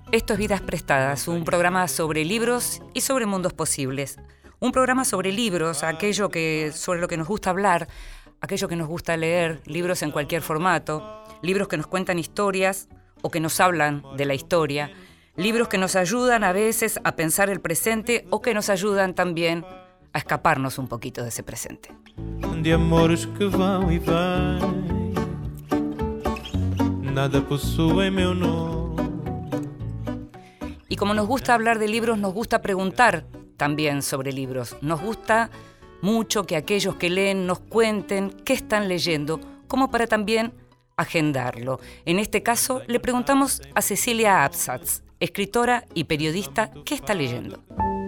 Esto es Vidas Prestadas, un programa sobre libros y sobre mundos posibles. Un programa sobre libros, sobre lo que nos gusta hablar, aquello que nos gusta leer, libros en cualquier formato, libros que nos cuentan historias o que nos hablan de la historia, libros que nos ayudan a veces a pensar el presente o que nos ayudan también a escaparnos un poquito de ese presente. De amores que vão e vêm, nada possui meu nome. Y como nos gusta hablar de libros, nos gusta preguntar también sobre libros. Nos gusta mucho que aquellos que leen nos cuenten qué están leyendo, como para también agendarlo. En este caso, le preguntamos a Cecilia Absatz, escritora y periodista, qué está leyendo.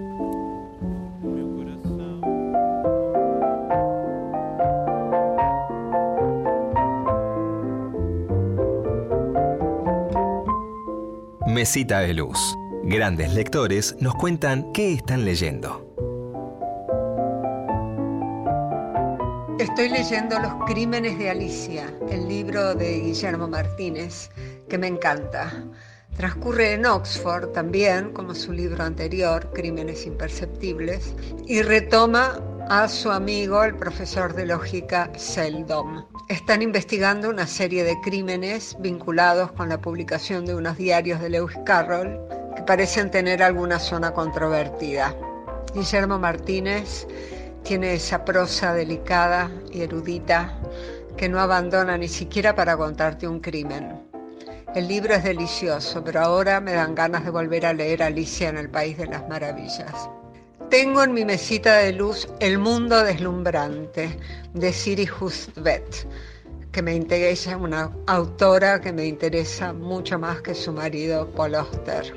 Mesita de Luz. Grandes lectores nos cuentan qué están leyendo. Estoy leyendo Los Crímenes de Alicia, el libro de Guillermo Martínez, que me encanta. Transcurre en Oxford también, como su libro anterior, Crímenes Imperceptibles, y retoma a su amigo, el profesor de lógica Seldom. Están investigando una serie de crímenes vinculados con la publicación de unos diarios de Lewis Carroll que parecen tener alguna zona controvertida. Guillermo Martínez tiene esa prosa delicada y erudita que no abandona ni siquiera para contarte un crimen. El libro es delicioso, pero ahora me dan ganas de volver a leer Alicia en el País de las Maravillas. Tengo en mi mesita de luz El mundo deslumbrante, de Siri Hustvedt, que me interesa, una autora que me interesa mucho más que su marido Paul Auster.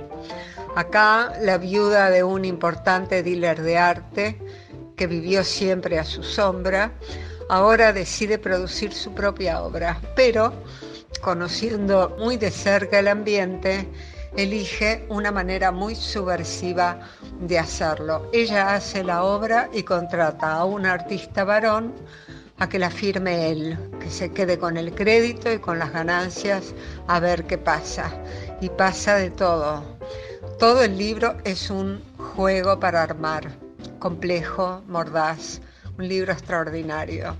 Acá, la viuda de un importante dealer de arte, que vivió siempre a su sombra, ahora decide producir su propia obra, pero, conociendo muy de cerca el ambiente, elige una manera muy subversiva de hacerlo. Ella hace la obra y contrata a un artista varón a que la firme él, que se quede con el crédito y con las ganancias a ver qué pasa. Y pasa de todo. Todo el libro es un juego para armar, complejo, mordaz, un libro extraordinario.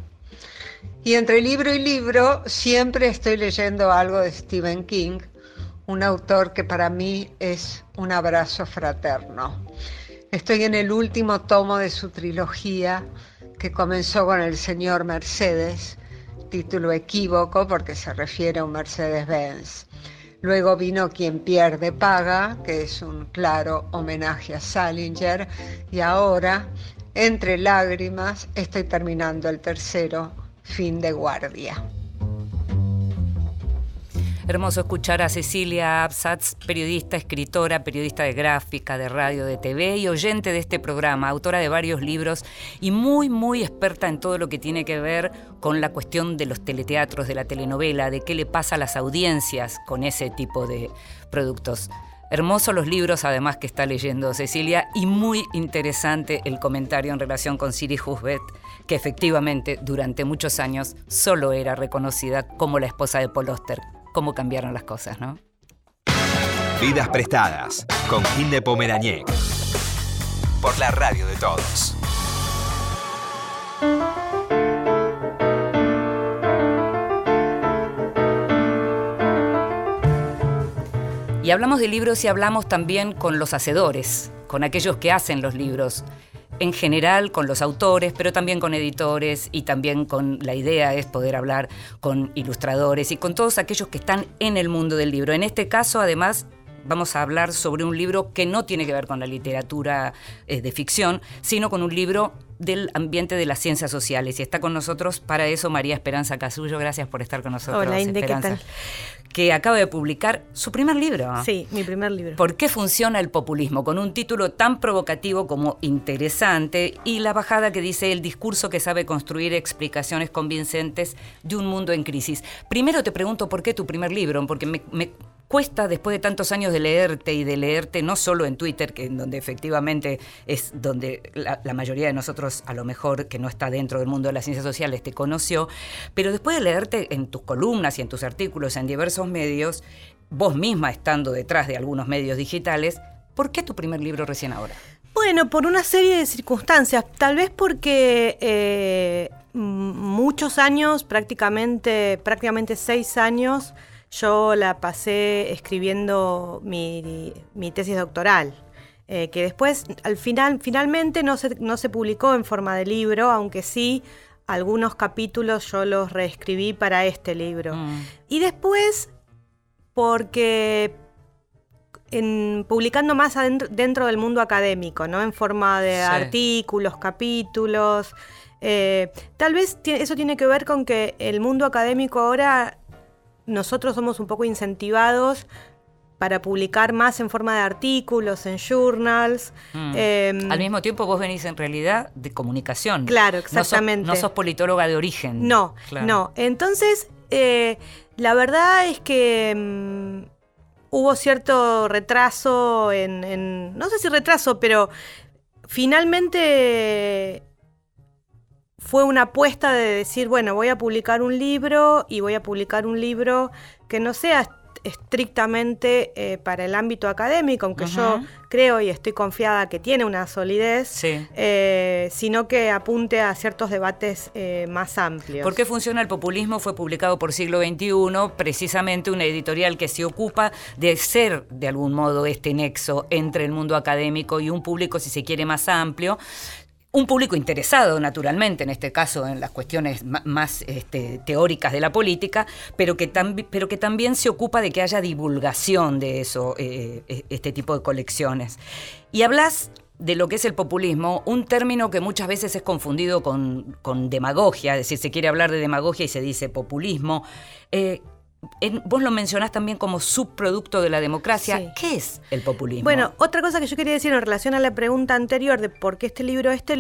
Y entre libro y libro siempre estoy leyendo algo de Stephen King, un autor que para mí es un abrazo fraterno. Estoy en el último tomo de su trilogía, que comenzó con El señor Mercedes, título equívoco porque se refiere a un Mercedes-Benz. Luego vino Quien pierde paga, que es un claro homenaje a Salinger, y ahora, entre lágrimas, estoy terminando el tercero, Fin de guardia. Hermoso escuchar a Cecilia Absatz, periodista, escritora, periodista de gráfica, de radio, de TV y oyente de este programa, autora de varios libros y muy, muy experta en todo lo que tiene que ver con la cuestión de los teleteatros, de la telenovela, de qué le pasa a las audiencias con ese tipo de productos. Hermosos los libros, además, que está leyendo Cecilia, y muy interesante el comentario en relación con Siri Hustvedt, que efectivamente durante muchos años solo era reconocida como la esposa de Paul Auster. Cómo cambiaron las cosas, ¿no? Vidas Prestadas, con Gil de Pomeraniec. Por la radio de todos. Y hablamos de libros y hablamos también con los hacedores, con aquellos que hacen los libros. En general con los autores, pero también con editores y también la idea es poder hablar con ilustradores y con todos aquellos que están en el mundo del libro. En este caso, además, vamos a hablar sobre un libro que no tiene que ver con la literatura de ficción, sino con un libro del ambiente de las ciencias sociales. Y está con nosotros para eso María Esperanza Casullo. Gracias por estar con nosotros. Hola, Inde, Esperanza. ¿qué tal? Que acaba de publicar su primer libro. Sí, mi primer libro. ¿Por qué funciona el populismo? Con un título tan provocativo como interesante y la bajada que dice el discurso que sabe construir explicaciones convincentes de un mundo en crisis. Primero te pregunto por qué tu primer libro, porque me cuesta, después de tantos años de leerte no solo en Twitter, que en donde efectivamente es donde la mayoría de nosotros, a lo mejor que no está dentro del mundo de las ciencias sociales, te conoció, pero después de leerte en tus columnas y en tus artículos en diversos medios, vos misma estando detrás de algunos medios digitales, ¿por qué tu primer libro recién ahora? Bueno, por una serie de circunstancias, tal vez porque muchos años, prácticamente 6 años, yo la pasé escribiendo mi tesis doctoral, que después, finalmente no se publicó en forma de libro, aunque sí algunos capítulos yo los reescribí para este libro. Y después, porque publicando más dentro del mundo académico, ¿no? En forma de artículos, capítulos. Tal vez eso tiene que ver con que el mundo académico ahora, nosotros somos un poco incentivados para publicar más en forma de artículos, en journals. Al mismo tiempo vos venís en realidad de comunicación. Claro, exactamente. No sos politóloga de origen. No, claro. No. Entonces, la verdad es que hubo cierto retraso no sé si retraso, pero finalmente fue una apuesta de decir, bueno, voy a publicar un libro y voy a publicar un libro que no sea estrictamente para el ámbito académico, aunque yo creo y estoy confiada que tiene una solidez, sino que apunte a ciertos debates más amplios. ¿Por qué funciona el populismo? Fue publicado por Siglo XXI, precisamente una editorial que se ocupa de ser de algún modo este nexo entre el mundo académico y un público, si se quiere, más amplio. Un público interesado, naturalmente, en este caso en las cuestiones más teóricas de la política, pero que también se ocupa de que haya divulgación de eso, este tipo de colecciones. Y hablas de lo que es el populismo, un término que muchas veces es confundido con demagogia, es decir, se quiere hablar de demagogia y se dice populismo. Vos lo mencionás también como subproducto de la democracia. Sí. ¿Qué es el populismo? Bueno, otra cosa que yo quería decir en relación a la pregunta anterior de por qué el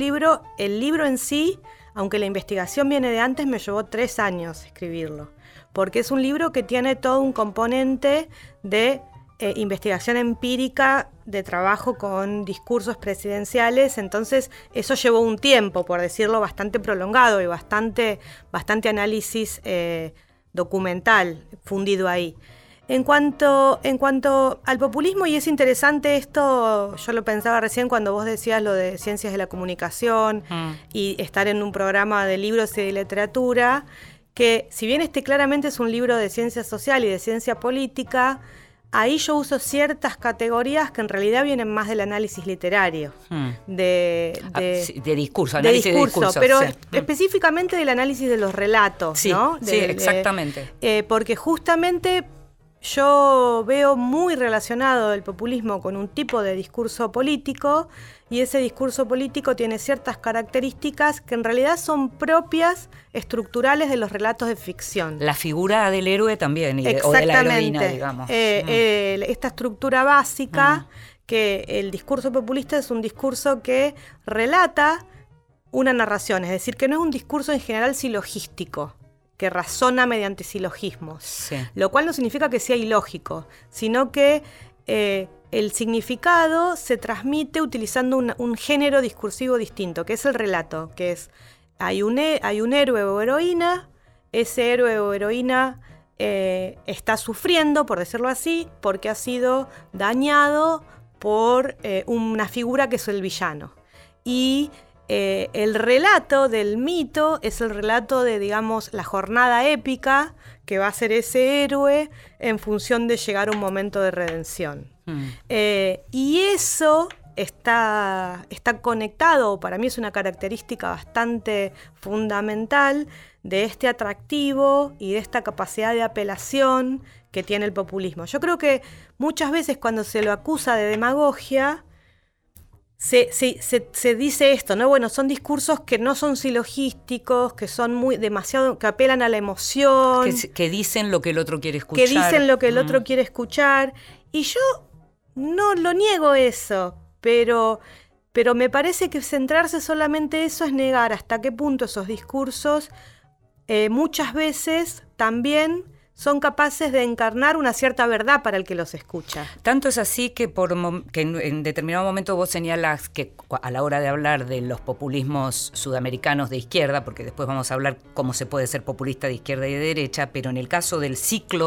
libro en sí, aunque la investigación viene de antes, me llevó 3 años escribirlo, porque es un libro que tiene todo un componente de investigación empírica, de trabajo con discursos presidenciales, entonces eso llevó un tiempo, por decirlo, bastante prolongado y bastante análisis documental fundido ahí. En cuanto al populismo, y es interesante esto, yo lo pensaba recién cuando vos decías lo de ciencias de la comunicación y estar en un programa de libros y de literatura, que si bien claramente es un libro de ciencia social y de ciencia política, ahí yo uso ciertas categorías que en realidad vienen más del análisis literario, de discurso, análisis de discurso, pero específicamente del análisis de los relatos, ¿no? Sí, exactamente. Porque justamente yo veo muy relacionado el populismo con un tipo de discurso político, y ese discurso político tiene ciertas características que en realidad son propias, estructurales de los relatos de ficción. La figura del héroe también, o de la heroína, digamos. Esta estructura básica, que el discurso populista es un discurso que relata una narración, es decir, que no es un discurso en general silogístico, que razona mediante silogismos, lo cual no significa que sea ilógico, sino que el significado se transmite utilizando un género discursivo distinto, que es el relato, que es hay un héroe o heroína, ese héroe o heroína está sufriendo, por decirlo así, porque ha sido dañado por una figura que es el villano. Y el relato del mito es el relato de, digamos, la jornada épica que va a ser ese héroe en función de llegar a un momento de redención. Y eso está conectado, para mí es una característica bastante fundamental de este atractivo y de esta capacidad de apelación que tiene el populismo. Yo creo que muchas veces cuando se lo acusa de demagogia, se dice esto, ¿no? Bueno, son discursos que no son silogísticos, que son que apelan a la emoción. Que dicen lo que el otro quiere escuchar. Que dicen lo que el otro quiere escuchar. Y yo no lo niego eso, pero me parece que centrarse solamente en eso es negar hasta qué punto esos discursos muchas veces también son capaces de encarnar una cierta verdad para el que los escucha. Tanto es así que en determinado momento vos señalás que a la hora de hablar de los populismos sudamericanos de izquierda, porque después vamos a hablar cómo se puede ser populista de izquierda y de derecha, pero en el caso del ciclo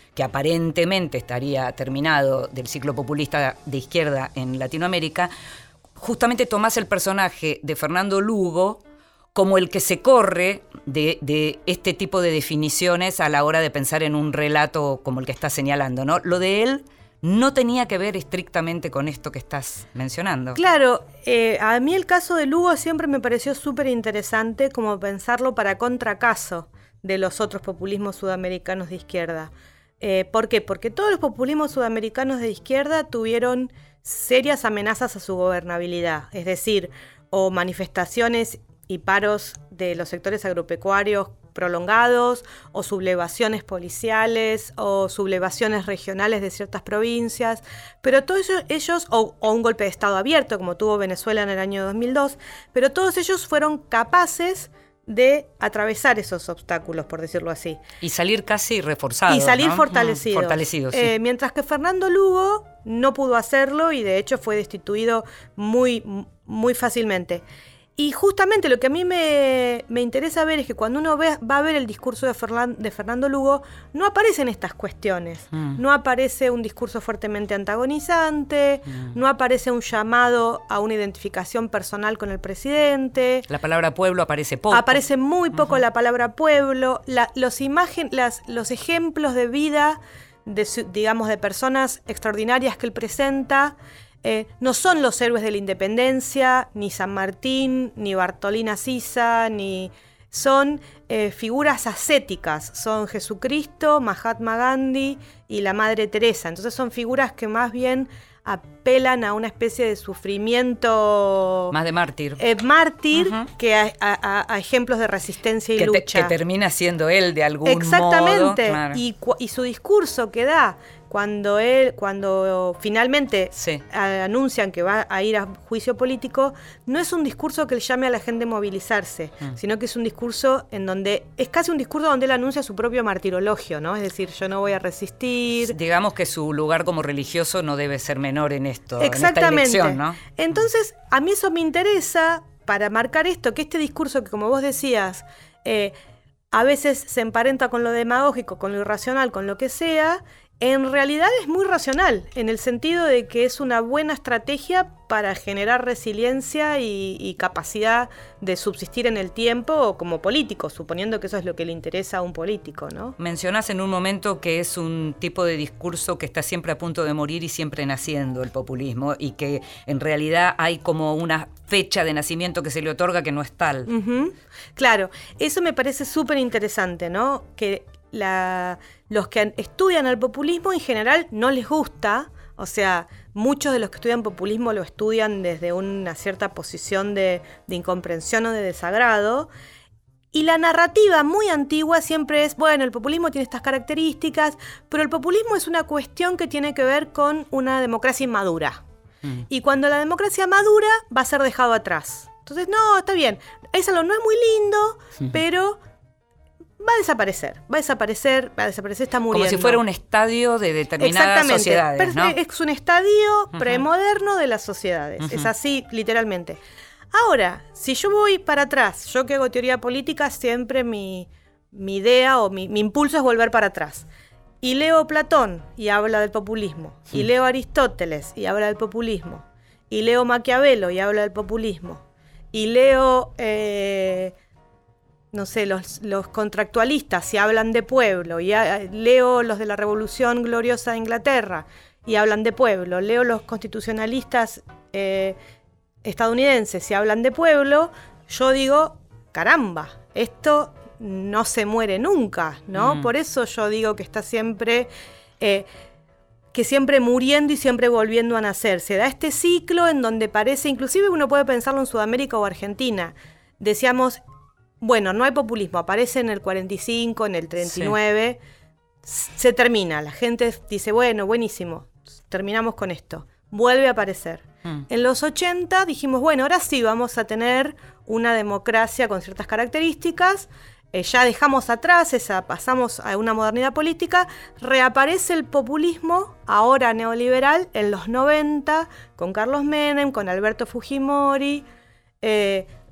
que aparentemente estaría terminado del ciclo populista de izquierda en Latinoamérica, justamente tomás el personaje de Fernando Lugo como el que se corre de este tipo de definiciones a la hora de pensar en un relato como el que estás señalando, ¿no? Lo de él no tenía que ver estrictamente con esto que estás mencionando. Claro, a mí el caso de Lugo siempre me pareció súper interesante como pensarlo para contracaso de los otros populismos sudamericanos de izquierda. ¿Por qué? Porque todos los populismos sudamericanos de izquierda tuvieron serias amenazas a su gobernabilidad, es decir, o manifestaciones y paros de los sectores agropecuarios prolongados, o sublevaciones policiales, o sublevaciones regionales de ciertas provincias, pero todos ellos o un golpe de Estado abierto, como tuvo Venezuela en el año 2002, pero todos ellos fueron capaces de atravesar esos obstáculos, por decirlo así. Y salir casi reforzados, y salir ¿no? fortalecidos. Fortalecidos, sí. Mientras que Fernando Lugo no pudo hacerlo y de hecho fue destituido muy, muy fácilmente. Y justamente lo que a mí me interesa ver es que cuando uno va a ver el discurso de Fernando Lugo, no aparecen estas cuestiones. No aparece un discurso fuertemente antagonizante, no aparece un llamado a una identificación personal con el presidente. La palabra pueblo aparece poco. Aparece muy poco la palabra pueblo. Los ejemplos de vida, digamos, de personas extraordinarias que él presenta, no son los héroes de la independencia, ni San Martín, ni Bartolina Sisa, ni son figuras ascéticas, son Jesucristo, Mahatma Gandhi y la Madre Teresa. Entonces son figuras que más bien apelan a una especie de sufrimiento más de mártir, que a ejemplos de resistencia y lucha. Que termina siendo él de algún modo. Exactamente. Claro. Y su discurso que da cuando finalmente anuncian que va a ir a juicio político, no es un discurso que le llame a la gente a movilizarse, sino que es un discurso es casi un discurso donde él anuncia su propio martirologio, ¿no? Es decir, yo no voy a resistir. Digamos que su lugar como religioso no debe ser menor en esto, exactamente, en esta elección, ¿no? Entonces, a mí eso me interesa para marcar esto, que este discurso que, como vos decías, a veces se emparenta con lo demagógico, con lo irracional, con lo que sea, en realidad es muy racional, en el sentido de que es una buena estrategia para generar resiliencia y capacidad de subsistir en el tiempo como político, suponiendo que eso es lo que le interesa a un político, ¿no? Mencionás en un momento que es un tipo de discurso que está siempre a punto de morir y siempre naciendo, el populismo, y que en realidad hay como una fecha de nacimiento que se le otorga que no es tal. Claro, eso me parece súper interesante, ¿no? Que los que estudian el populismo en general no les gusta, o sea, muchos de los que estudian populismo lo estudian desde una cierta posición de incomprensión o de desagrado, y la narrativa muy antigua siempre es, bueno, el populismo tiene estas características, pero el populismo es una cuestión que tiene que ver con una democracia inmadura, y cuando la democracia madura va a ser dejado atrás. Entonces, no, está bien, eso no es muy lindo, pero va a desaparecer, está muriendo. Como si fuera un estadio de determinadas sociedades, ¿no? Es un estadio premoderno de las sociedades, es así literalmente. Ahora, si yo voy para atrás, yo que hago teoría política, siempre mi idea o mi impulso es volver para atrás. Y leo Platón y habla del populismo, y leo Aristóteles y habla del populismo, y leo Maquiavelo y habla del populismo, y leo no sé, los contractualistas y hablan de pueblo, y leo los de la Revolución Gloriosa de Inglaterra y hablan de pueblo, leo los constitucionalistas estadounidenses y hablan de pueblo, yo digo, caramba, esto no se muere nunca, ¿no? Por eso yo digo que está siempre muriendo y siempre volviendo a nacer. Se da este ciclo en donde parece, inclusive uno puede pensarlo en Sudamérica o Argentina, decíamos, bueno, no hay populismo, aparece en el 45, en el 39, se termina, la gente dice, bueno, buenísimo, terminamos con esto, vuelve a aparecer. En los 80 dijimos, bueno, ahora sí vamos a tener una democracia con ciertas características, ya dejamos atrás pasamos a una modernidad política, reaparece el populismo, ahora neoliberal, en los 90, con Carlos Menem, con Alberto Fujimori,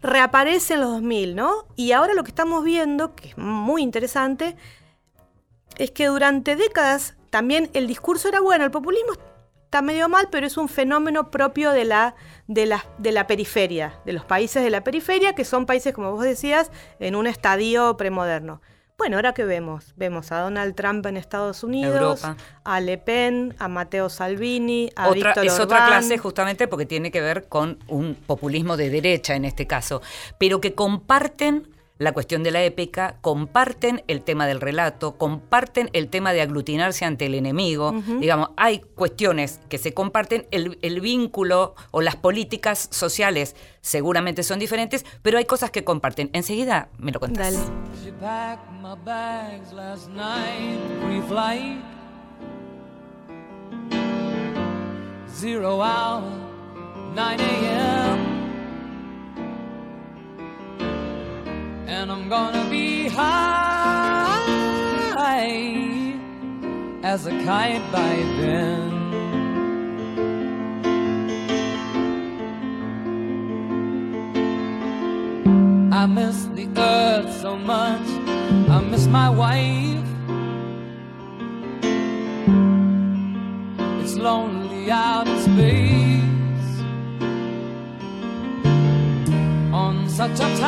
reaparece en los 2000, ¿no? Y ahora lo que estamos viendo, que es muy interesante, es que durante décadas también el discurso era bueno, el populismo está medio mal, pero es un fenómeno propio de la periferia, de los países de la periferia, que son países, como vos decías, en un estadio premoderno. Bueno, ahora que vemos a Donald Trump en Estados Unidos, Europa, a Le Pen, a Matteo Salvini, a Víctor Orbán. Es otra clase justamente porque tiene que ver con un populismo de derecha en este caso, pero que comparten la cuestión de la épica, comparten el tema del relato, comparten el tema de aglutinarse ante el enemigo. Digamos, hay cuestiones que se comparten, el vínculo o las políticas sociales seguramente son diferentes, pero hay cosas que comparten. Enseguida me lo contás. Dale. She packed my bags last night, pre-flight, 0 hour, 9 a.m. And I'm gonna be high as a kite by then. I miss the earth so much, I miss my wife. It's lonely out in space on such a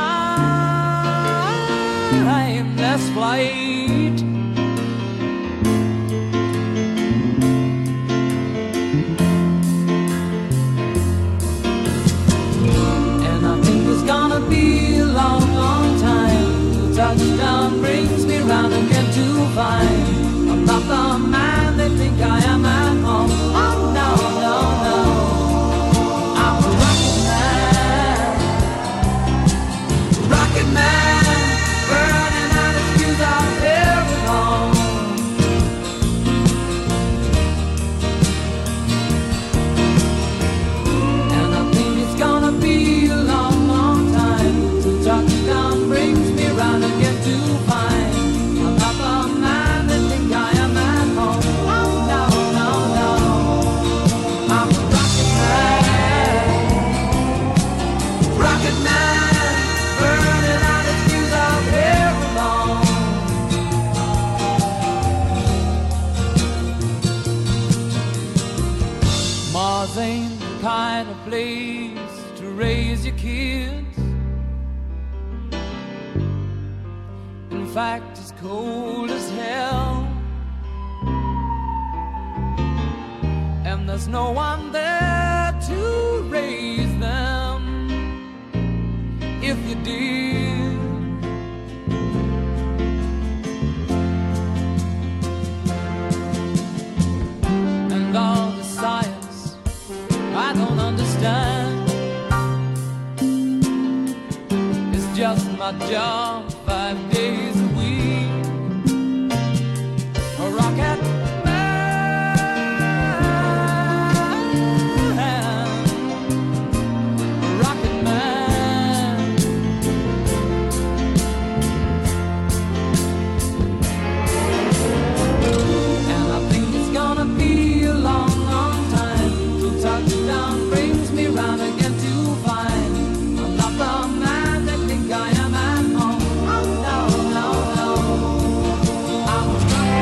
timeless flight. And I think it's gonna be a long, long time till touchdown brings me round again to find I'm not the man they think I am at home. Oh no, no, no, I'm a rocket man, burning out his fuse out there alone. And I think it's gonna be a long, long time till touchdown brings me round again to find I'm not the man they think I am at home. Oh no, no, no, I'm a rocket man, burning out his fuse out there alone. Mars ain't the kind of place to raise your kids. In fact, it's cold as hell, and there's no one there to raise them if you did. And all the science I don't understand, it's just my job 5 days a week. A rocket man, a rocket man. And I think it's gonna be a long, long time till touchdown brings me round again to find I'm not the man they think I am at home. Oh no, no, no, I'm a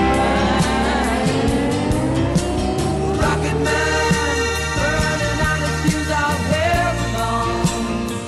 rocket man, burning out his fuse out there alone.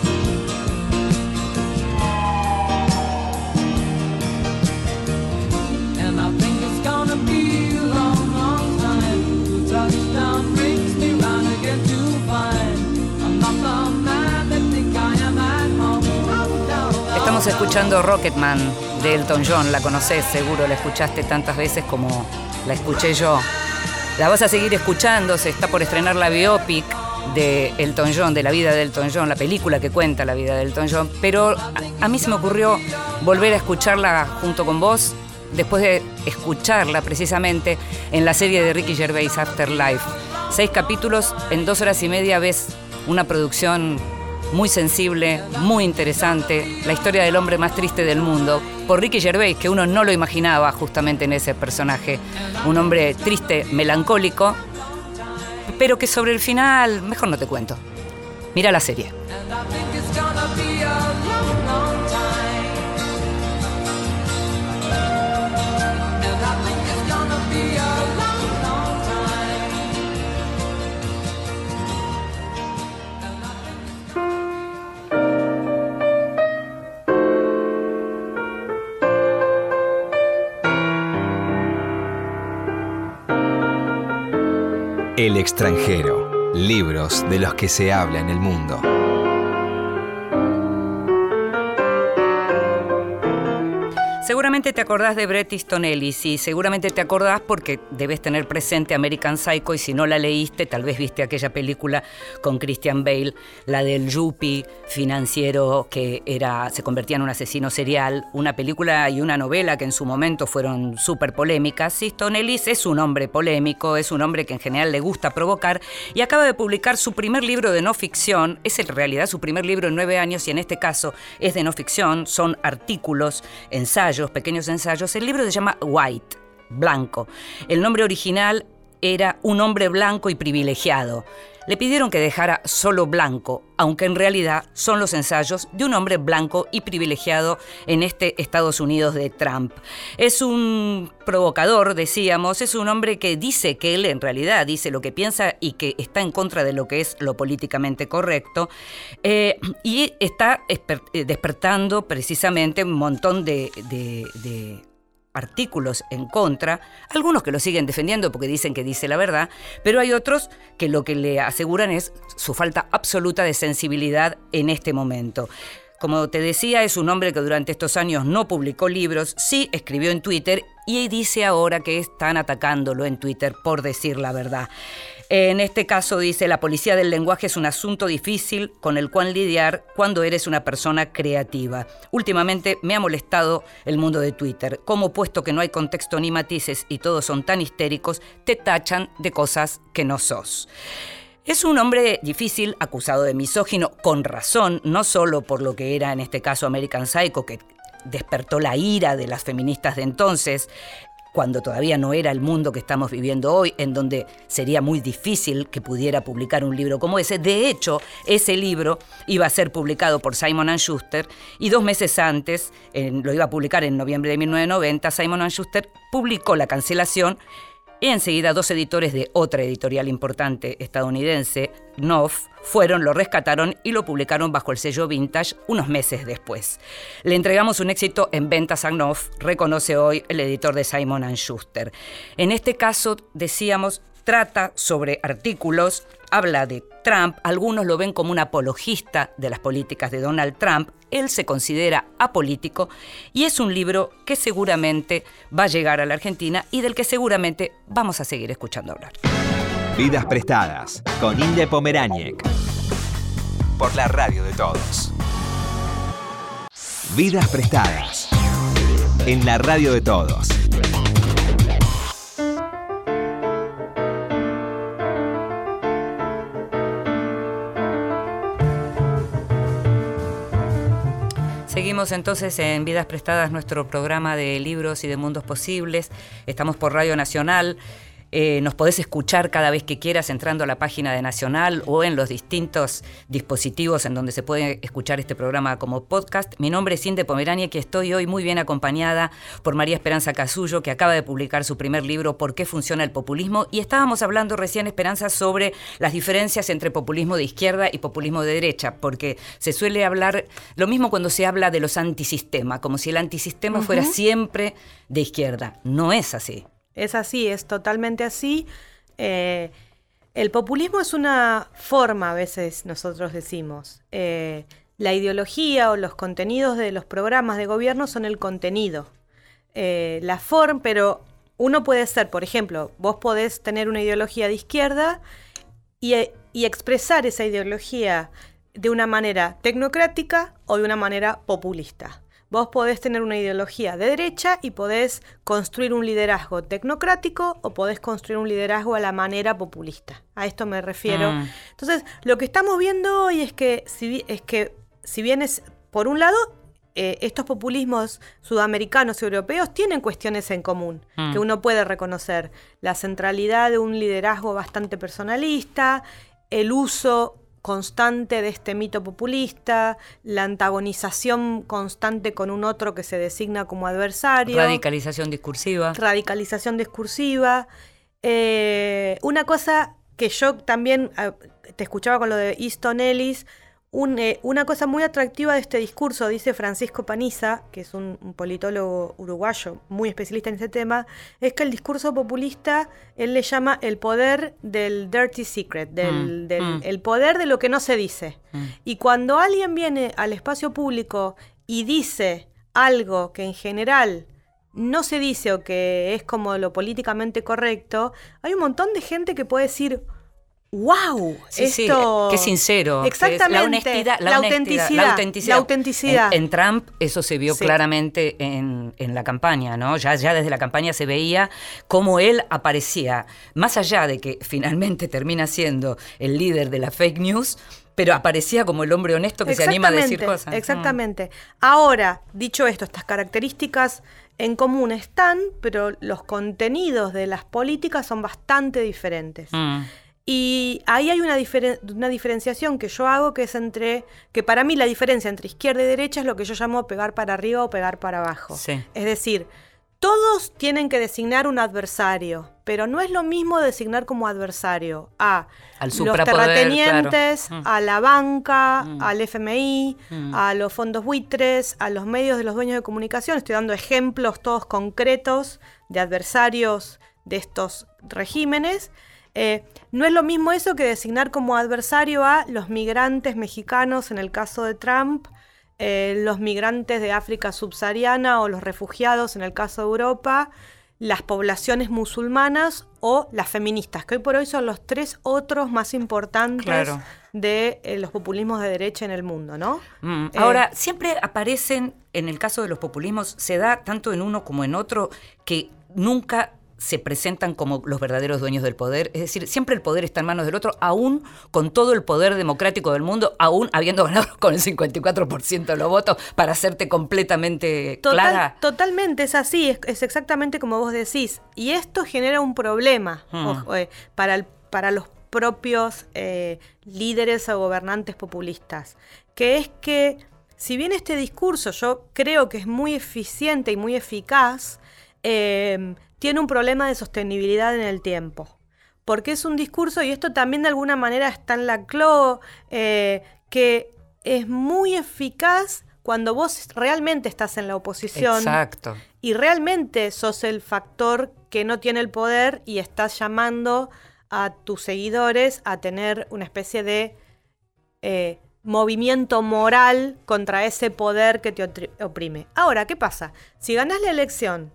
And I think it's gonna be a long, long time till touchdown brings me round again to find I'm not the man they think I am at home. Oh, no, no. Estamos escuchando Rocketman de Elton John. La conocés, seguro, la escuchaste tantas veces como la escuché yo. La vas a seguir escuchando, se está por estrenar la biopic de Elton John, de la vida de Elton John, la película que cuenta la vida de Elton John, pero a mí se me ocurrió volver a escucharla junto con vos, después de escucharla precisamente en la serie de Ricky Gervais, Afterlife. 6 capítulos, en 2 horas y media ves una producción muy sensible, muy interesante, la historia del hombre más triste del mundo, por Ricky Gervais, que uno no lo imaginaba justamente en ese personaje, un hombre triste, melancólico, pero que sobre el final, mejor no te cuento. Mira la serie. And I think it's gonna be a long, long time. And I think El extranjero. Libros de los que se habla en el mundo. Seguramente te acordás de Bret Easton Ellis y seguramente te acordás porque debes tener presente American Psycho y si no la leíste, tal vez viste aquella película con Christian Bale, la del yuppie financiero que se convertía en un asesino serial, una película y una novela que en su momento fueron súper polémicas. Easton Ellis es un hombre polémico, es un hombre que en general le gusta provocar y acaba de publicar su primer libro de no ficción, es en realidad su primer libro en 9 años y en este caso es de no ficción, son artículos, ensayos, pequeños ensayos. El libro se llama White, blanco. El nombre original era Un hombre blanco y privilegiado. Le pidieron que dejara solo blanco, aunque en realidad son los ensayos de un hombre blanco y privilegiado en este Estados Unidos de Trump. Es un provocador, decíamos, es un hombre que dice que él en realidad dice lo que piensa y que está en contra de lo que es lo políticamente correcto, y está despertando precisamente un montón de artículos en contra, algunos que lo siguen defendiendo porque dicen que dice la verdad, pero hay otros que lo que le aseguran es su falta absoluta de sensibilidad en este momento. Como te decía, es un hombre que durante estos años no publicó libros, sí escribió en Twitter y dice ahora que están atacándolo en Twitter por decir la verdad. En este caso dice, la policía del lenguaje es un asunto difícil con el cual lidiar cuando eres una persona creativa. Últimamente me ha molestado el mundo de Twitter, cómo puesto que no hay contexto ni matices y todos son tan histéricos, te tachan de cosas que no sos. Es un hombre difícil, acusado de misógino, con razón, no solo por lo que era en este caso American Psycho, que despertó la ira de las feministas de entonces, cuando todavía no era el mundo que estamos viviendo hoy, en donde sería muy difícil que pudiera publicar un libro como ese. De hecho, ese libro iba a ser publicado por Simon & Schuster y 2 meses antes, lo iba a publicar en noviembre de 1990, Simon & Schuster publicó la cancelación y enseguida 2 editores de otra editorial importante estadounidense, Knopf, lo rescataron y lo publicaron bajo el sello Vintage unos meses después. Le entregamos un éxito en ventas a Knopf, reconoce hoy el editor de Simon & Schuster. En este caso, decíamos, trata sobre artículos, habla de Trump, algunos lo ven como un apologista de las políticas de Donald Trump, él se considera apolítico y es un libro que seguramente va a llegar a la Argentina y del que seguramente vamos a seguir escuchando hablar. Vidas prestadas con Inde Pomeráñez. Por la radio de todos. Vidas prestadas en la radio de todos. Seguimos entonces en Vidas Prestadas, nuestro programa de libros y de mundos posibles. Estamos por Radio Nacional. Nos podés escuchar cada vez que quieras entrando a la página de Nacional o en los distintos dispositivos en donde se puede escuchar este programa como podcast. Mi nombre es Inde Pomeráñez y estoy hoy muy bien acompañada por María Esperanza Casullo, que acaba de publicar su primer libro, ¿Por qué funciona el populismo? Y estábamos hablando recién, Esperanza, sobre las diferencias entre populismo de izquierda y populismo de derecha, porque se suele hablar, lo mismo cuando se habla de los antisistema, como si el antisistema fuera siempre de izquierda. No es así. Es así, es totalmente así. El populismo es una forma, a veces nosotros decimos. La ideología o los contenidos de los programas de gobierno son el contenido. La forma, pero uno puede ser, por ejemplo, vos podés tener una ideología de izquierda y expresar esa ideología de una manera tecnocrática o de una manera populista. Vos podés tener una ideología de derecha y podés construir un liderazgo tecnocrático o podés construir un liderazgo a la manera populista. A esto me refiero. Entonces, lo que estamos viendo hoy es que si bien es, por un lado, estos populismos sudamericanos y europeos tienen cuestiones en común que uno puede reconocer. La centralidad de un liderazgo bastante personalista, el uso constante de este mito populista, la antagonización constante con un otro que se designa como adversario. Radicalización discursiva. Una cosa que yo también te escuchaba con lo de Easton Ellis, Una cosa muy atractiva de este discurso, dice Francisco Paniza, que es un politólogo uruguayo muy especialista en este tema, es que el discurso populista, él le llama el poder del dirty secret, el poder de lo que no se dice. Y cuando alguien viene al espacio público y dice algo que en general no se dice o que es como lo políticamente correcto, hay un montón de gente que puede decir: ¡wow! Sí, esto... qué sincero. Exactamente. La autenticidad. En Trump eso se vio claramente en la campaña, ¿no? Ya desde la campaña se veía cómo él aparecía, más allá de que finalmente termina siendo el líder de la fake news, pero aparecía como el hombre honesto que se anima a decir cosas. Exactamente. Ahora, dicho esto, estas características en común están, pero los contenidos de las políticas son bastante diferentes. Y ahí hay una diferenciación que yo hago, que es que para mí la diferencia entre izquierda y derecha es lo que yo llamo pegar para arriba o pegar para abajo. Sí. Es decir, todos tienen que designar un adversario, pero no es lo mismo designar como adversario a al los terratenientes, claro. A la banca, al FMI, a los fondos buitres, a los medios de los dueños de comunicación. Estoy dando ejemplos todos concretos de adversarios de estos regímenes. No es lo mismo eso que designar como adversario a los migrantes mexicanos en el caso de Trump, los migrantes de África subsahariana o los refugiados en el caso de Europa, las poblaciones musulmanas o las feministas, que hoy por hoy son los tres otros más importantes de los populismos de derecha en el mundo, ¿no? Ahora, siempre aparecen, en el caso de los populismos, se da tanto en uno como en otro, que nunca se presentan como los verdaderos dueños del poder. Es decir, siempre el poder está en manos del otro, aún con todo el poder democrático del mundo, aún habiendo ganado con el 54% de los votos, para hacerte completamente clara. Totalmente, es así, es exactamente como vos decís. Y esto genera un problema para los propios líderes o gobernantes populistas, que es que, si bien este discurso yo creo que es muy eficiente y muy eficaz, tiene un problema de sostenibilidad en el tiempo. Porque es un discurso, y esto también de alguna manera está en la CLO, que es muy eficaz cuando vos realmente estás en la oposición. Exacto. Y realmente sos el factor que no tiene el poder y estás llamando a tus seguidores a tener una especie de movimiento moral contra ese poder que te oprime. Ahora, ¿qué pasa? Si ganás la elección,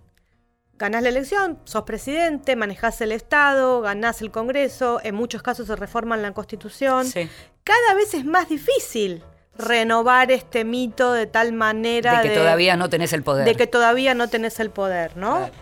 sos presidente, manejás el Estado, ganás el Congreso, en muchos casos se reforman la Constitución. Sí. Cada vez es más difícil renovar este mito de tal manera de que todavía no tenés el poder. De que todavía no tenés el poder, ¿no? Claro.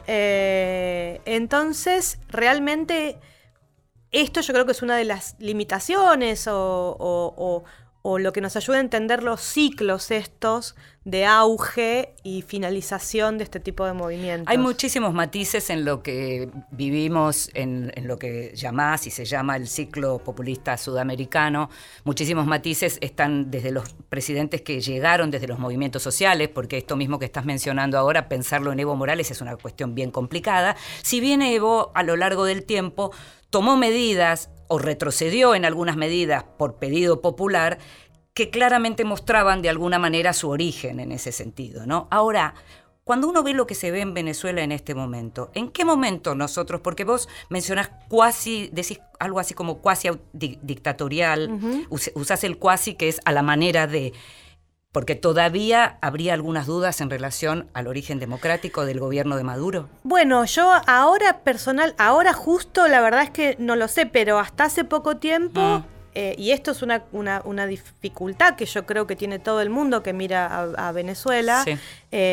Entonces, realmente, esto yo creo que es una de las limitaciones o lo que nos ayuda a entender los ciclos estos de auge y finalización de este tipo de movimientos. Hay muchísimos matices en lo que vivimos, en lo que llamás y se llama el ciclo populista sudamericano. Muchísimos matices están desde los presidentes que llegaron desde los movimientos sociales, porque esto mismo que estás mencionando ahora, pensarlo en Evo Morales es una cuestión bien complicada. Si bien Evo, a lo largo del tiempo, tomó medidas o retrocedió en algunas medidas por pedido popular que claramente mostraban de alguna manera su origen en ese sentido, ¿no? Ahora, cuando uno ve lo que se ve en Venezuela en este momento, ¿en qué momento nosotros, porque vos mencionás decís algo así como cuasi dictatorial, usás el cuasi, que es a la manera de... Porque todavía habría algunas dudas en relación al origen democrático del gobierno de Maduro. Bueno, yo ahora justo la verdad es que no lo sé, pero hasta hace poco tiempo, y esto es una dificultad que yo creo que tiene todo el mundo que mira a Venezuela, sí.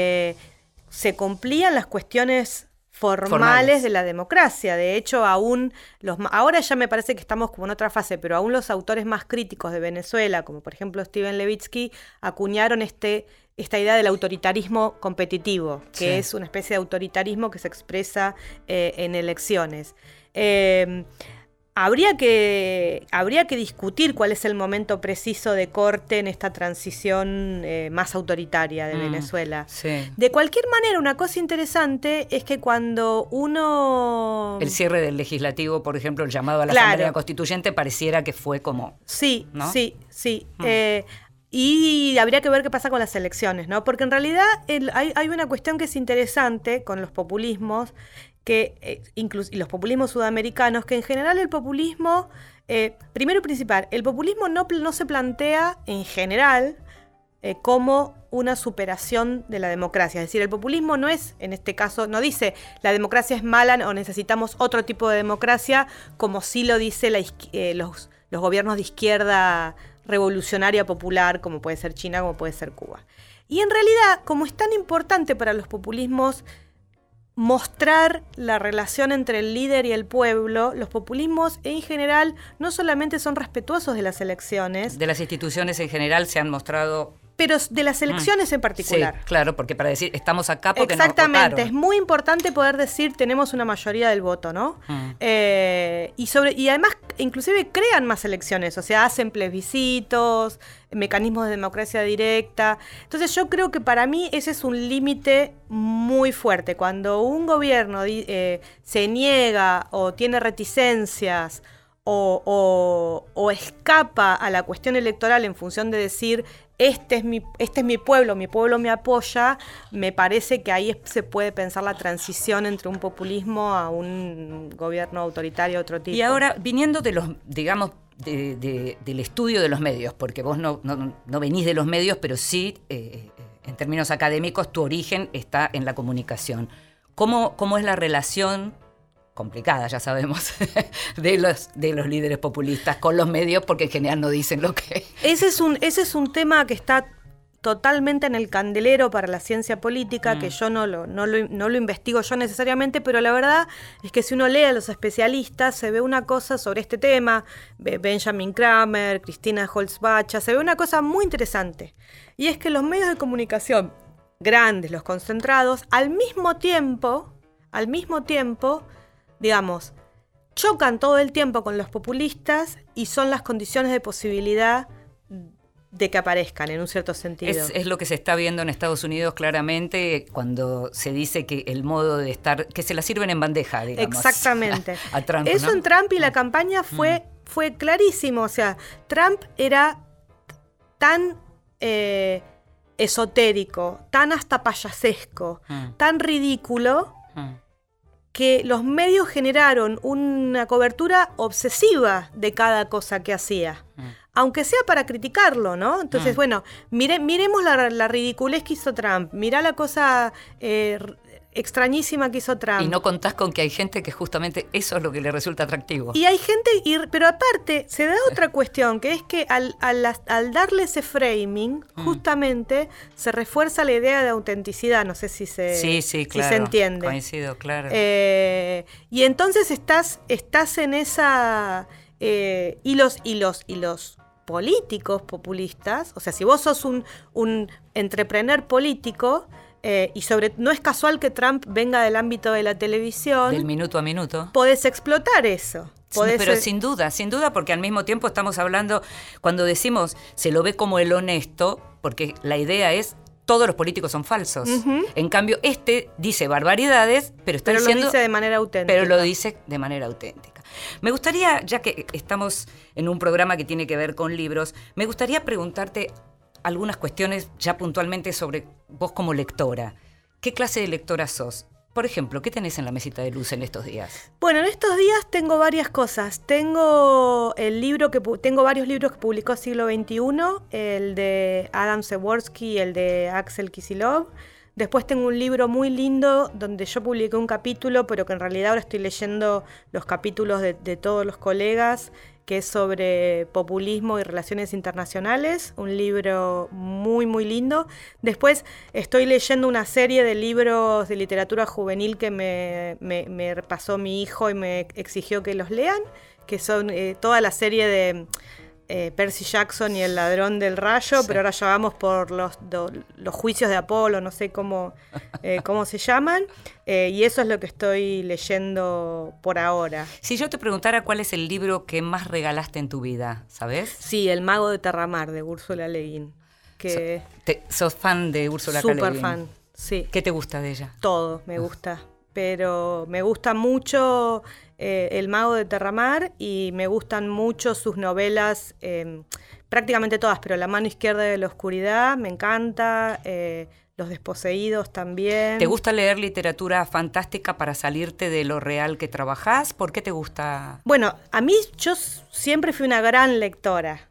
Se cumplían las cuestiones formales de la democracia. De hecho, ahora ya me parece que estamos como en otra fase, pero aún los autores más críticos de Venezuela, como por ejemplo Steven Levitsky, acuñaron esta idea del autoritarismo competitivo, que es una especie de autoritarismo que se expresa en elecciones. habría que discutir cuál es el momento preciso de corte en esta transición más autoritaria de Venezuela. Sí. De cualquier manera, una cosa interesante es que cuando uno... El cierre del legislativo, por ejemplo, el llamado a la Claro. Asamblea Constituyente, pareciera que fue como... Sí, ¿no? sí. Y habría que ver qué pasa con las elecciones, ¿no? Porque en realidad hay una cuestión que es interesante con los populismos, que y los populismos sudamericanos, que en general el populismo, primero y principal, el populismo no se plantea en general como una superación de la democracia. Es decir, el populismo no es, en este caso, no dice la democracia es mala o necesitamos otro tipo de democracia, como sí lo dice los gobiernos de izquierda revolucionaria popular, como puede ser China, como puede ser Cuba. Y en realidad, como es tan importante para los populismos mostrar la relación entre el líder y el pueblo, los populismos en general no solamente son respetuosos de las elecciones, De las instituciones en general se han mostrado... pero de las elecciones en particular. Sí, claro, porque para decir estamos acá porque Exactamente, nos votaron. es muy importante poder decir tenemos una mayoría del voto, ¿no? Y además, inclusive crean más elecciones, o sea, hacen plebiscitos, mecanismos de democracia directa. Entonces yo creo que para mí ese es un límite muy fuerte. Cuando un gobierno se niega o tiene reticencias o escapa a la cuestión electoral en función de decir este es mi pueblo me apoya, me parece que ahí se puede pensar la transición entre un populismo a un gobierno autoritario de otro tipo. Y ahora, viniendo de los, digamos, del estudio de los medios, porque vos no venís de los medios, pero sí, en términos académicos, tu origen está en la comunicación. ¿Cómo es la relación complicada, ya sabemos, de los líderes populistas con los medios, porque en general no dicen lo que... Ese es un tema que está totalmente en el candelero para la ciencia política, que yo no lo investigo yo necesariamente, pero la verdad es que si uno lee a los especialistas se ve una cosa sobre este tema, Benjamin Kramer, Cristina Holzbacha, se ve una cosa muy interesante, y es que los medios de comunicación grandes, los concentrados, al mismo tiempo, digamos, chocan todo el tiempo con los populistas y son las condiciones de posibilidad de que aparezcan, en un cierto sentido. Es lo que se está viendo en Estados Unidos claramente cuando se dice que el modo de estar, que se la sirven en bandeja, digamos. Exactamente. A Trump, eso, ¿no? En Trump y la campaña fue clarísimo. O sea, Trump era tan esotérico, tan hasta payasesco, tan ridículo, que los medios generaron una cobertura obsesiva de cada cosa que hacía, aunque sea para criticarlo, ¿no? Entonces, bueno, miremos la ridiculez que hizo Trump, mirá la cosa extrañísima que hizo Trump. Y no contás con que hay gente que justamente eso es lo que le resulta atractivo. Y hay gente, pero aparte se da otra cuestión, que es que al darle ese framing, justamente se refuerza la idea de autenticidad, no sé si se, sí, claro, si se entiende. Coincido, claro. Y entonces estás en esa... y los políticos populistas, o sea, si vos sos un entrepreneur político... no es casual que Trump venga del ámbito de la televisión. Del minuto a minuto. Podés explotar eso. Pero sin duda, porque al mismo tiempo estamos hablando, cuando decimos se lo ve como el honesto, porque la idea es todos los políticos son falsos. En cambio, dice barbaridades, pero lo dice de manera auténtica. Pero lo dice de manera auténtica. Me gustaría, ya que estamos en un programa que tiene que ver con libros, me gustaría preguntarte algunas cuestiones ya puntualmente sobre vos como lectora. ¿Qué clase de lectora sos? Por ejemplo, ¿qué tenés en la mesita de luz en estos días? Bueno, en estos días tengo varias cosas. Tengo varios libros que publicó Siglo XXI, el de Adam Przeworski y el de Axel Kicillof. Después tengo un libro muy lindo donde yo publiqué un capítulo, pero que en realidad ahora estoy leyendo los capítulos de todos los colegas, que es sobre populismo y relaciones internacionales, un libro muy, muy lindo. Después estoy leyendo una serie de libros de literatura juvenil que me pasó mi hijo y me exigió que los lean, que son toda la serie de Percy Jackson y el ladrón del rayo, pero ahora ya vamos por los juicios de Apolo, no sé cómo se llaman, y eso es lo que estoy leyendo por ahora. Si yo te preguntara cuál es el libro que más regalaste en tu vida, ¿sabes? Sí, El mago de Terramar, de Úrsula Le Guin. ¿Sos fan de Úrsula K. Le Guin? Súper fan, sí. ¿Qué te gusta de ella? Todo me gusta, pero me gusta mucho El mago de Terramar y me gustan mucho sus novelas, prácticamente todas, pero La mano izquierda de la oscuridad me encanta, Los desposeídos también. ¿Te gusta leer literatura fantástica para salirte de lo real que trabajás? ¿Por qué te gusta? Bueno, a mí yo siempre fui una gran lectora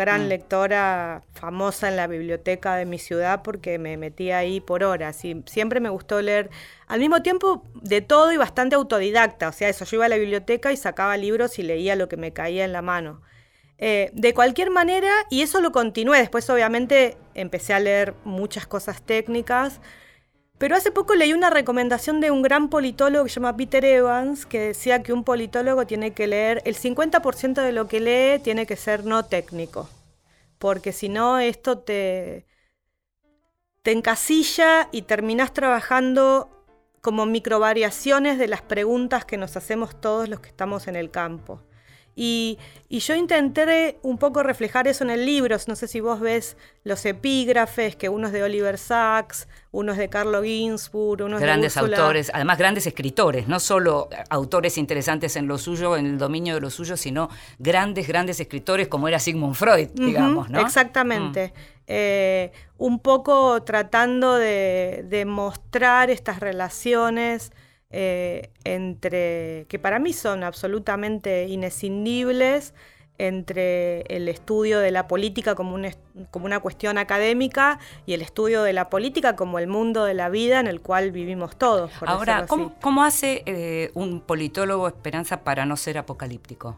famosa en la biblioteca de mi ciudad porque me metía ahí por horas y siempre me gustó leer al mismo tiempo de todo y bastante autodidacta, o sea, eso, yo iba a la biblioteca y sacaba libros y leía lo que me caía en la mano. De cualquier manera, y eso lo continué, después obviamente empecé a leer muchas cosas técnicas, pero hace poco leí una recomendación de un gran politólogo que se llama Peter Evans, que decía que un politólogo tiene que leer, el 50% de lo que lee tiene que ser no técnico, porque si no esto te encasilla y terminás trabajando como microvariaciones de las preguntas que nos hacemos todos los que estamos en el campo. Y yo intenté un poco reflejar eso en el libro. No sé si vos ves los epígrafes, que uno es de Oliver Sacks, uno es de Carlo Ginzburg, uno es grandes de Úrsula. Autores, además grandes escritores, no solo autores interesantes en lo suyo, en el dominio de lo suyo, sino grandes escritores como era Sigmund Freud, digamos, ¿no? Exactamente. Un poco tratando de mostrar estas relaciones entre, que para mí son absolutamente inescindibles, entre el estudio de la política como una cuestión académica y el estudio de la política como el mundo de la vida en el cual vivimos todos. Por ahora, decirlo así. ¿cómo hace un politólogo, Esperanza, para no ser apocalíptico?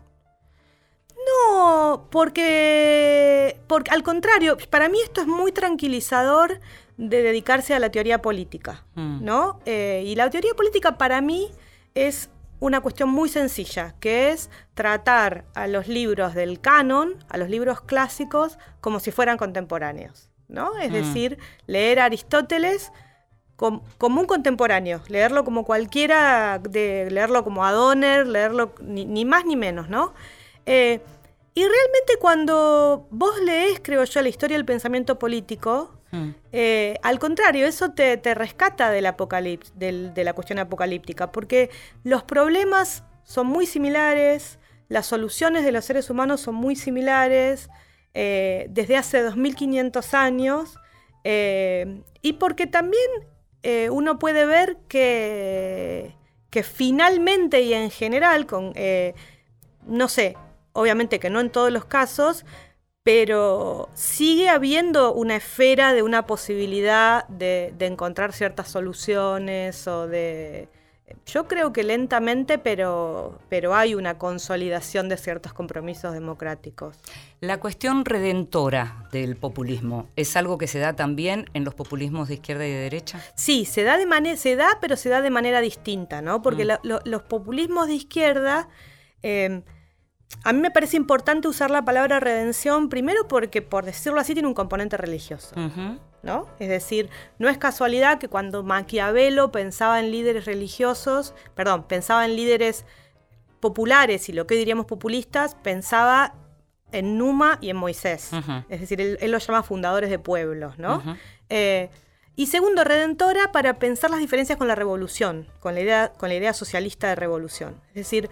No, porque al contrario, para mí esto es muy tranquilizador de dedicarse a la teoría política, ¿no? Y la teoría política para mí es una cuestión muy sencilla, que es tratar a los libros del canon, a los libros clásicos, como si fueran contemporáneos, ¿no? Es decir, leer a Aristóteles como un contemporáneo, leerlo como cualquiera, leerlo como a Donner, leerlo ni más ni menos, ¿no? Y realmente cuando vos lees, creo yo, la historia del pensamiento político, al contrario, eso te rescata del apocalipsis, de la cuestión apocalíptica, porque los problemas son muy similares, las soluciones de los seres humanos son muy similares, desde hace 2500 años, y porque también uno puede ver que finalmente y en general, no sé, obviamente que no en todos los casos, pero sigue habiendo una esfera de una posibilidad de encontrar ciertas soluciones o de... Yo creo que lentamente, pero hay una consolidación de ciertos compromisos democráticos. La cuestión redentora del populismo, ¿es algo que se da también en los populismos de izquierda y de derecha? Sí, pero se da de manera distinta, ¿no? Porque los populismos de izquierda... a mí me parece importante usar la palabra redención, primero porque, por decirlo así, tiene un componente religioso, ¿no? Es decir, no es casualidad que cuando Maquiavelo pensaba en líderes pensaba en líderes populares y lo que hoy diríamos populistas, pensaba en Numa y en Moisés. Es decir, él los llama fundadores de pueblos, ¿no? Y segundo, redentora para pensar las diferencias con la revolución, con la idea socialista de revolución. Es decir,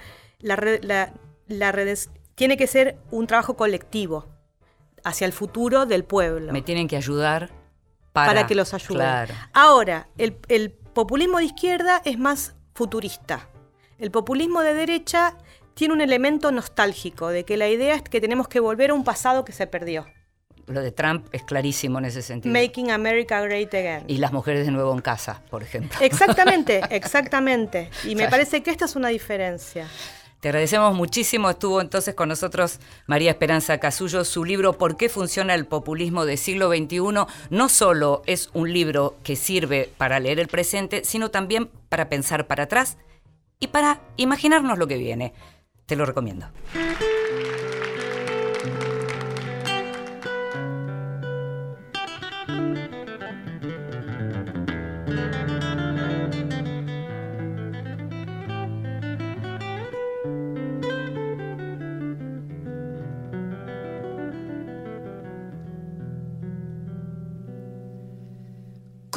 tiene que ser un trabajo colectivo hacia el futuro del pueblo. Me tienen que ayudar para que los ayuden. Claro. Ahora, el populismo de izquierda es más futurista. El populismo de derecha tiene un elemento nostálgico, de que la idea es que tenemos que volver a un pasado que se perdió. Lo de Trump es clarísimo en ese sentido. Making America Great Again. Y las mujeres de nuevo en casa, por ejemplo. Exactamente. Y me parece que esta es una diferencia. Te agradecemos muchísimo. Estuvo entonces con nosotros María Esperanza Casullo. Su libro ¿Por qué funciona el populismo del siglo XXI? No solo es un libro que sirve para leer el presente, sino también para pensar para atrás y para imaginarnos lo que viene. Te lo recomiendo.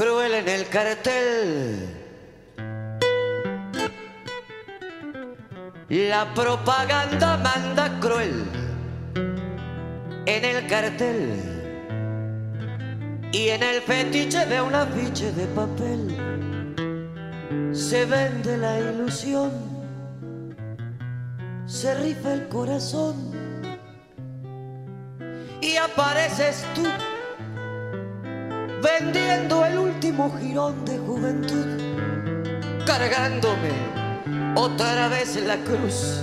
cruel en el cartel. La propaganda manda cruel en el cartel y en el fetiche de un afiche de papel se vende la ilusión, se rifa el corazón y apareces tú vendiendo el último jirón de juventud, cargándome otra vez la cruz.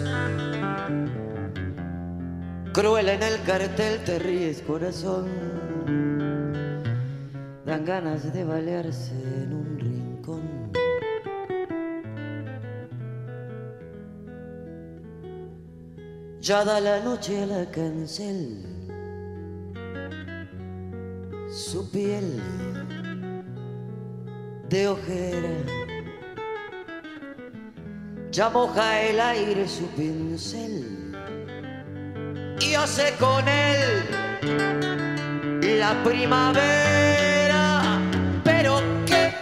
Cruel en el cartel te ríes, corazón. Dan ganas de balearse en un rincón. Ya da la noche a la cancel. Su piel de ojera ya moja el aire su pincel y hace con él la primavera. Pero qué,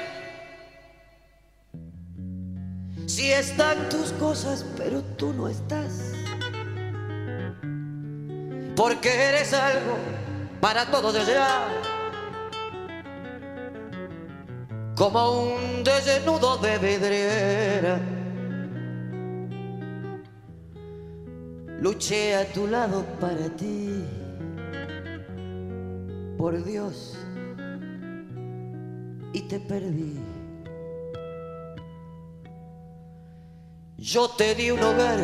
si están tus cosas pero tú no estás, porque eres algo para todos de allá, como un desnudo de vidriera. Luché a tu lado para ti, por Dios, y te perdí. Yo te di un hogar,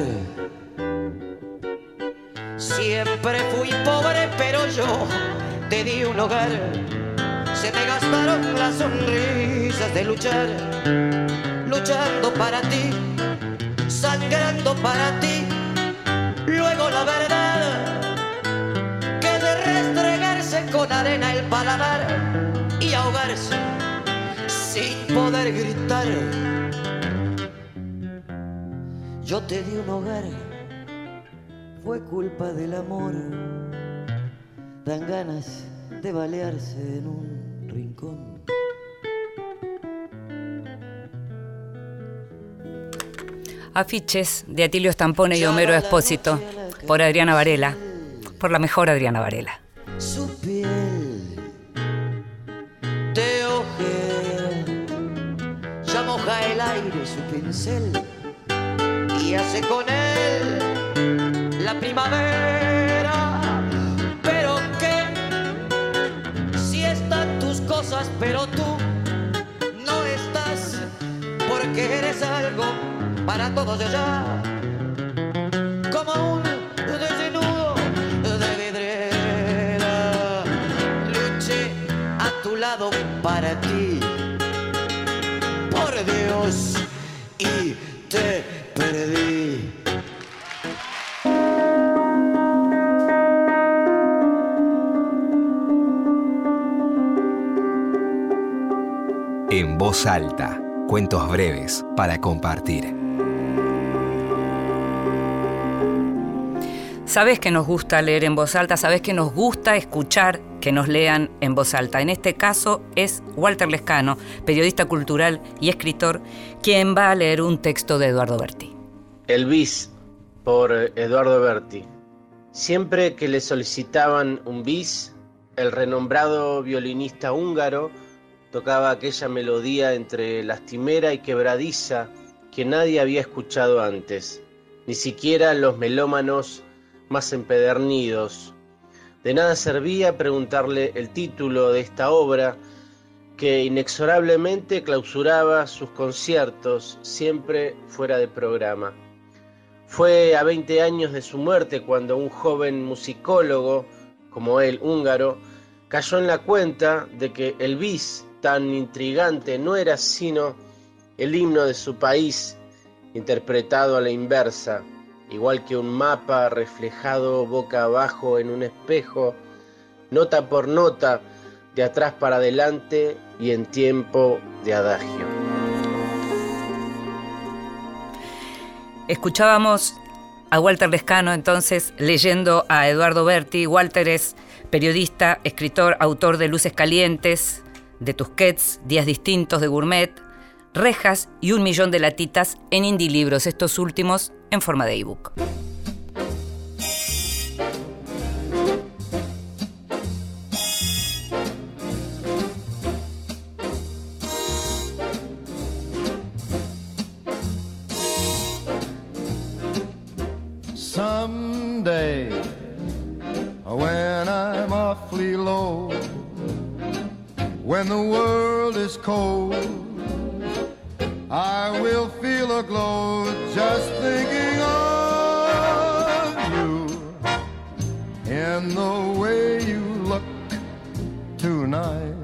siempre fui pobre, pero yo te di un hogar. Se me gastaron las sonrisas de luchar, luchando para ti, sangrando para ti. Luego la verdad, que de restregarse con arena el paladar y ahogarse sin poder gritar. Yo te di un hogar, fue culpa del amor. Dan ganas de balearse en un rincón. Afiches de Atilio Stampone y Homero Expósito, por Adriana Varela, por la mejor Adriana Varela. Su piel de ojera ya moja el aire su pincel y hace con él la primavera. Pero qué, si están tus cosas pero tú no estás, porque eres algo para todos de allá, como un desnudo de vidriera. Luché a tu lado para ti, por Dios, y te perdí. En voz alta, cuentos breves para compartir. Sabés que nos gusta leer en voz alta, sabés que nos gusta escuchar que nos lean en voz alta. En este caso es Walter Lescano, periodista cultural y escritor, quien va a leer un texto de Eduardo Berti. El bis, por Eduardo Berti. Siempre que le solicitaban un bis, el renombrado violinista húngaro tocaba aquella melodía entre lastimera y quebradiza que nadie había escuchado antes, ni siquiera los melómanos más empedernidos. De nada servía preguntarle el título de esta obra que inexorablemente clausuraba sus conciertos, siempre fuera de programa. Fue a 20 años de su muerte cuando un joven musicólogo, como él, húngaro, cayó en la cuenta de que el bis tan intrigante no era sino el himno de su país, interpretado a la inversa, igual que un mapa reflejado boca abajo en un espejo, nota por nota, de atrás para adelante y en tiempo de adagio. Escuchábamos a Walter Lescano entonces leyendo a Eduardo Berti. Walter es periodista, escritor, autor de Luces Calientes, de Tusquets, Días distintos de Gourmet, Rejas y 1 millón de latitas en Indie Libros, estos últimos en forma de ebook. Someday, when I'm awfully low, when the world is cold, I will feel a glow just thinking of you and the way you look tonight.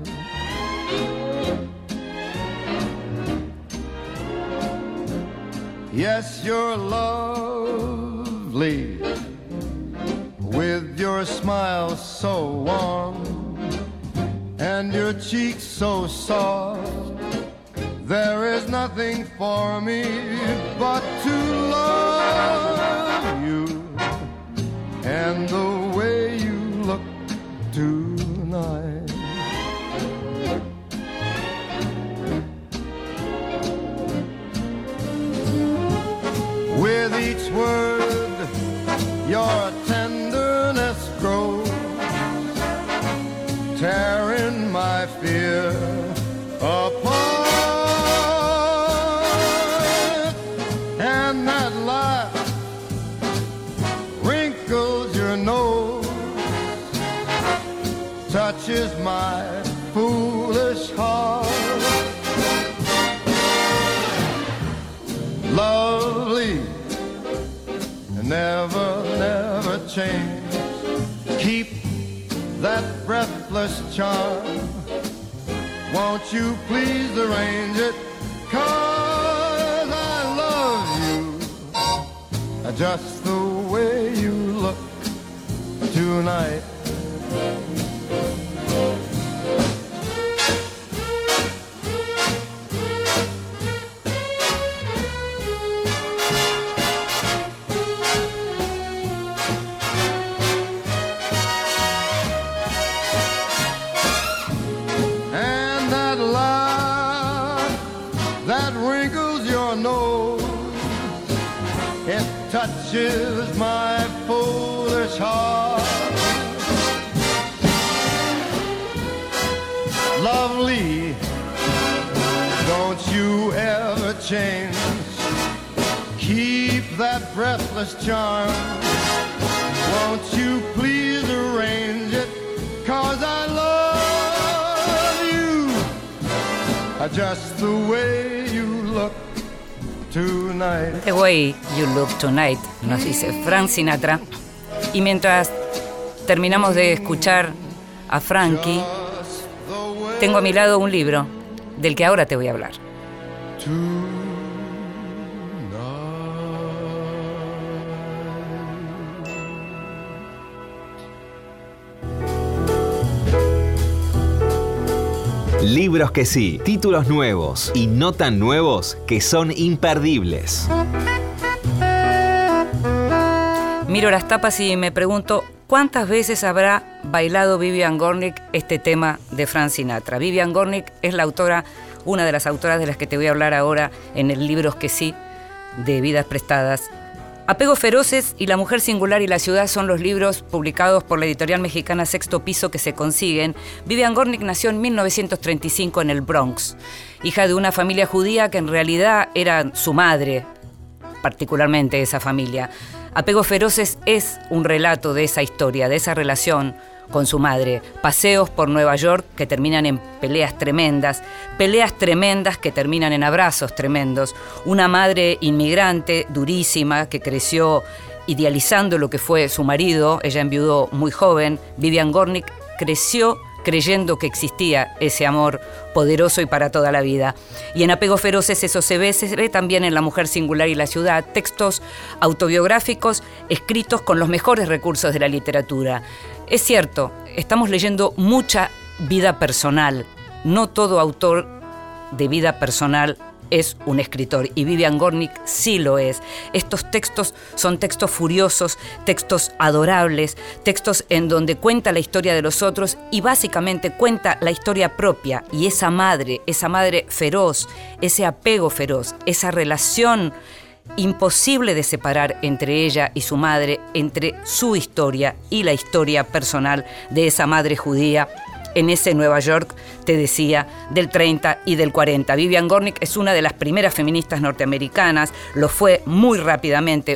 Yes, you're lovely with your smile so warm and your cheeks so soft. There is nothing for me but to love you and the way you look tonight. With each word, your tenderness grows, tearing my fear apart. And that laugh wrinkles your nose, touches my foolish heart. Lovely, never, never change. Keep that breathless charm. Won't you please arrange it? 'Cause I love you just the way you look tonight. Touches my foolish heart. Lovely, don't you ever change. Keep that breathless charm. Won't you please arrange it? 'Cause I love you just the way you look tonight. The way you look tonight, nos dice Frank Sinatra. Y mientras terminamos de escuchar a Frankie, tengo a mi lado un libro del que ahora te voy a hablar. Libros que sí, títulos nuevos y no tan nuevos que son imperdibles. Miro las tapas y me pregunto cuántas veces habrá bailado Vivian Gornick este tema de Frank Sinatra. Vivian Gornick es la autora, una de las autoras de las que te voy a hablar ahora en el Libros que sí, de Vidas Prestadas. Apegos feroces y La mujer singular y la ciudad son los libros publicados por la editorial mexicana Sexto Piso que se consiguen. Vivian Gornick nació en 1935 en el Bronx, hija de una familia judía que en realidad era su madre, particularmente esa familia. Apegos feroces es un relato de esa historia, de esa relación con su madre. Paseos por Nueva York que terminan en peleas tremendas que terminan en abrazos tremendos. Una madre inmigrante durísima que creció idealizando lo que fue su marido. Ella enviudó muy joven. Vivian Gornick creció creyendo que existía ese amor poderoso y para toda la vida. Y en Apegos feroces eso se ve también en La mujer singular y la ciudad, textos autobiográficos escritos con los mejores recursos de la literatura. Es cierto, estamos leyendo mucha vida personal. No todo autor de vida personal es un escritor, y Vivian Gornick sí lo es. Estos textos son textos furiosos, textos adorables, textos en donde cuenta la historia de los otros y básicamente cuenta la historia propia, y esa madre feroz, ese apego feroz, esa relación imposible de separar entre ella y su madre, entre su historia y la historia personal de esa madre judía en ese Nueva York, te decía, del 30 y del 40. Vivian Gornick es una de las primeras feministas norteamericanas, lo fue muy rápidamente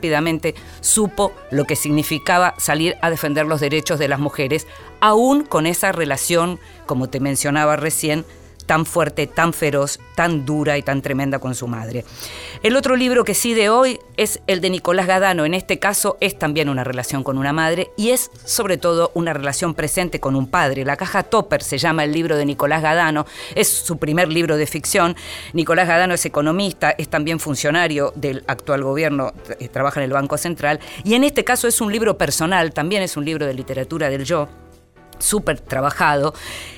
supo lo que significaba salir a defender los derechos de las mujeres, aún con esa relación, como te mencionaba recién, tan fuerte, tan feroz, tan dura y tan tremenda con su madre. El otro libro que sí de hoy es el de Nicolás Gadano. En este caso es también una relación con una madre y es sobre todo una relación presente con un padre. La caja Topper se llama el libro de Nicolás Gadano, es su primer libro de ficción. Nicolás Gadano es economista, es también funcionario del actual gobierno, trabaja en el Banco Central, y en este caso es un libro personal, también es un libro de literatura del yo, súper trabajado.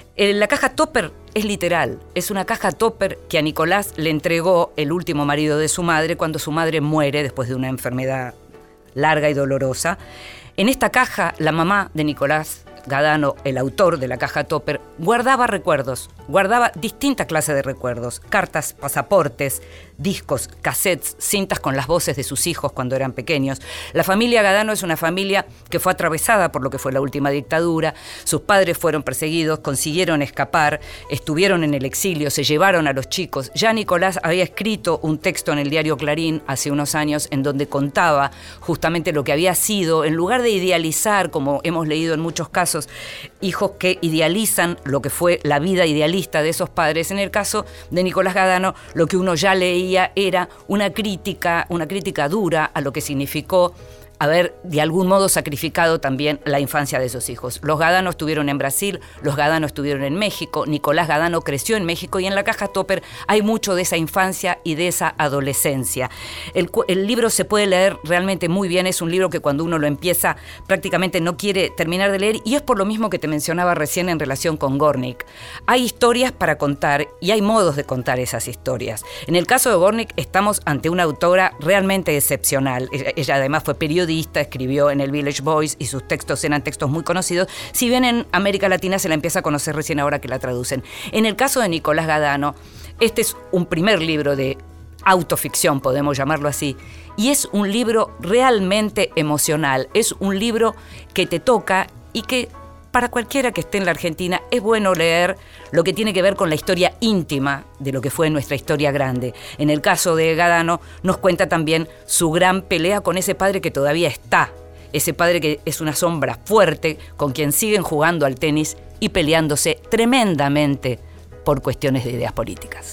La caja Topper es literal, es una caja Topper que a Nicolás le entregó el último marido de su madre cuando su madre muere después de una enfermedad larga y dolorosa. En esta caja, la mamá de Nicolás Gadano, el autor de la caja Topper, guardaba recuerdos, guardaba distintas clases de recuerdos, cartas, pasaportes, discos, cassettes, cintas con las voces de sus hijos cuando eran pequeños. La familia Gadano es una familia que fue atravesada por lo que fue la última dictadura. Sus padres fueron perseguidos, consiguieron escapar, estuvieron en el exilio, se llevaron a los chicos. Ya Nicolás había escrito un texto en el diario Clarín hace unos años en donde contaba justamente lo que había sido, en lugar de idealizar, como hemos leído en muchos casos, hijos que idealizan lo que fue la vida idealista de esos padres. En el caso de Nicolás Gadano, lo que uno ya leía era una crítica dura a lo que significó haber de algún modo sacrificado también la infancia de esos hijos. Los Gadano estuvieron en Brasil, los Gadano estuvieron en México, Nicolás Gadano creció en México y en la caja Topper hay mucho de esa infancia y de esa adolescencia. El libro se puede leer realmente muy bien, es un libro que cuando uno lo empieza prácticamente no quiere terminar de leer, y es por lo mismo que te mencionaba recién en relación con Gornick. Hay historias para contar y hay modos de contar esas historias. En el caso de Gornick estamos ante una autora realmente excepcional. Ella además fue periodista, escribió en el Village Voice y sus textos eran textos muy conocidos, si bien en América Latina se la empieza a conocer recién ahora que la traducen. En el caso de Nicolás Gadano, este es un primer libro de autoficción, podemos llamarlo así, y es un libro realmente emocional, es un libro que te toca y que para cualquiera que esté en la Argentina es bueno leer lo que tiene que ver con la historia íntima de lo que fue nuestra historia grande. En el caso de Gadano nos cuenta también su gran pelea con ese padre que todavía está, ese padre que es una sombra fuerte con quien siguen jugando al tenis y peleándose tremendamente por cuestiones de ideas políticas.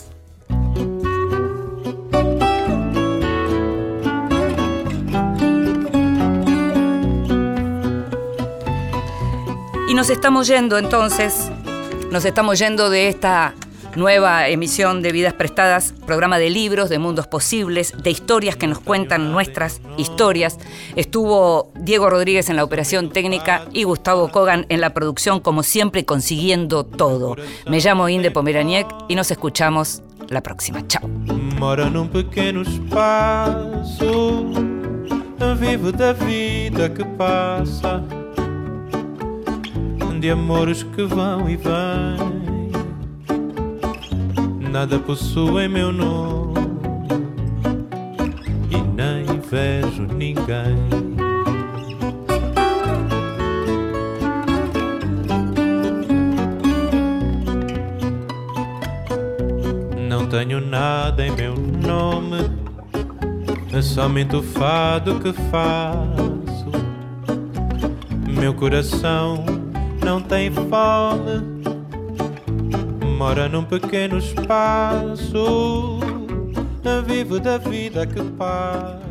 Y nos estamos yendo entonces, de esta nueva emisión de Vidas Prestadas, programa de libros, de mundos posibles, de historias que nos cuentan nuestras historias. Estuvo Diego Rodríguez en la operación técnica y Gustavo Kogan en la producción, como siempre, consiguiendo todo. Me llamo Inde Pomeraniec y nos escuchamos la próxima. Chao. Mora num pequeno espaço, vivo da vida que passa, de amores que vão e vêm, nada possui meu nome e nem vejo ninguém. Não tenho nada em meu nome, é somente o fado que faço. Meu coração não tem fome, mora num pequeno espaço, vivo da vida que passa.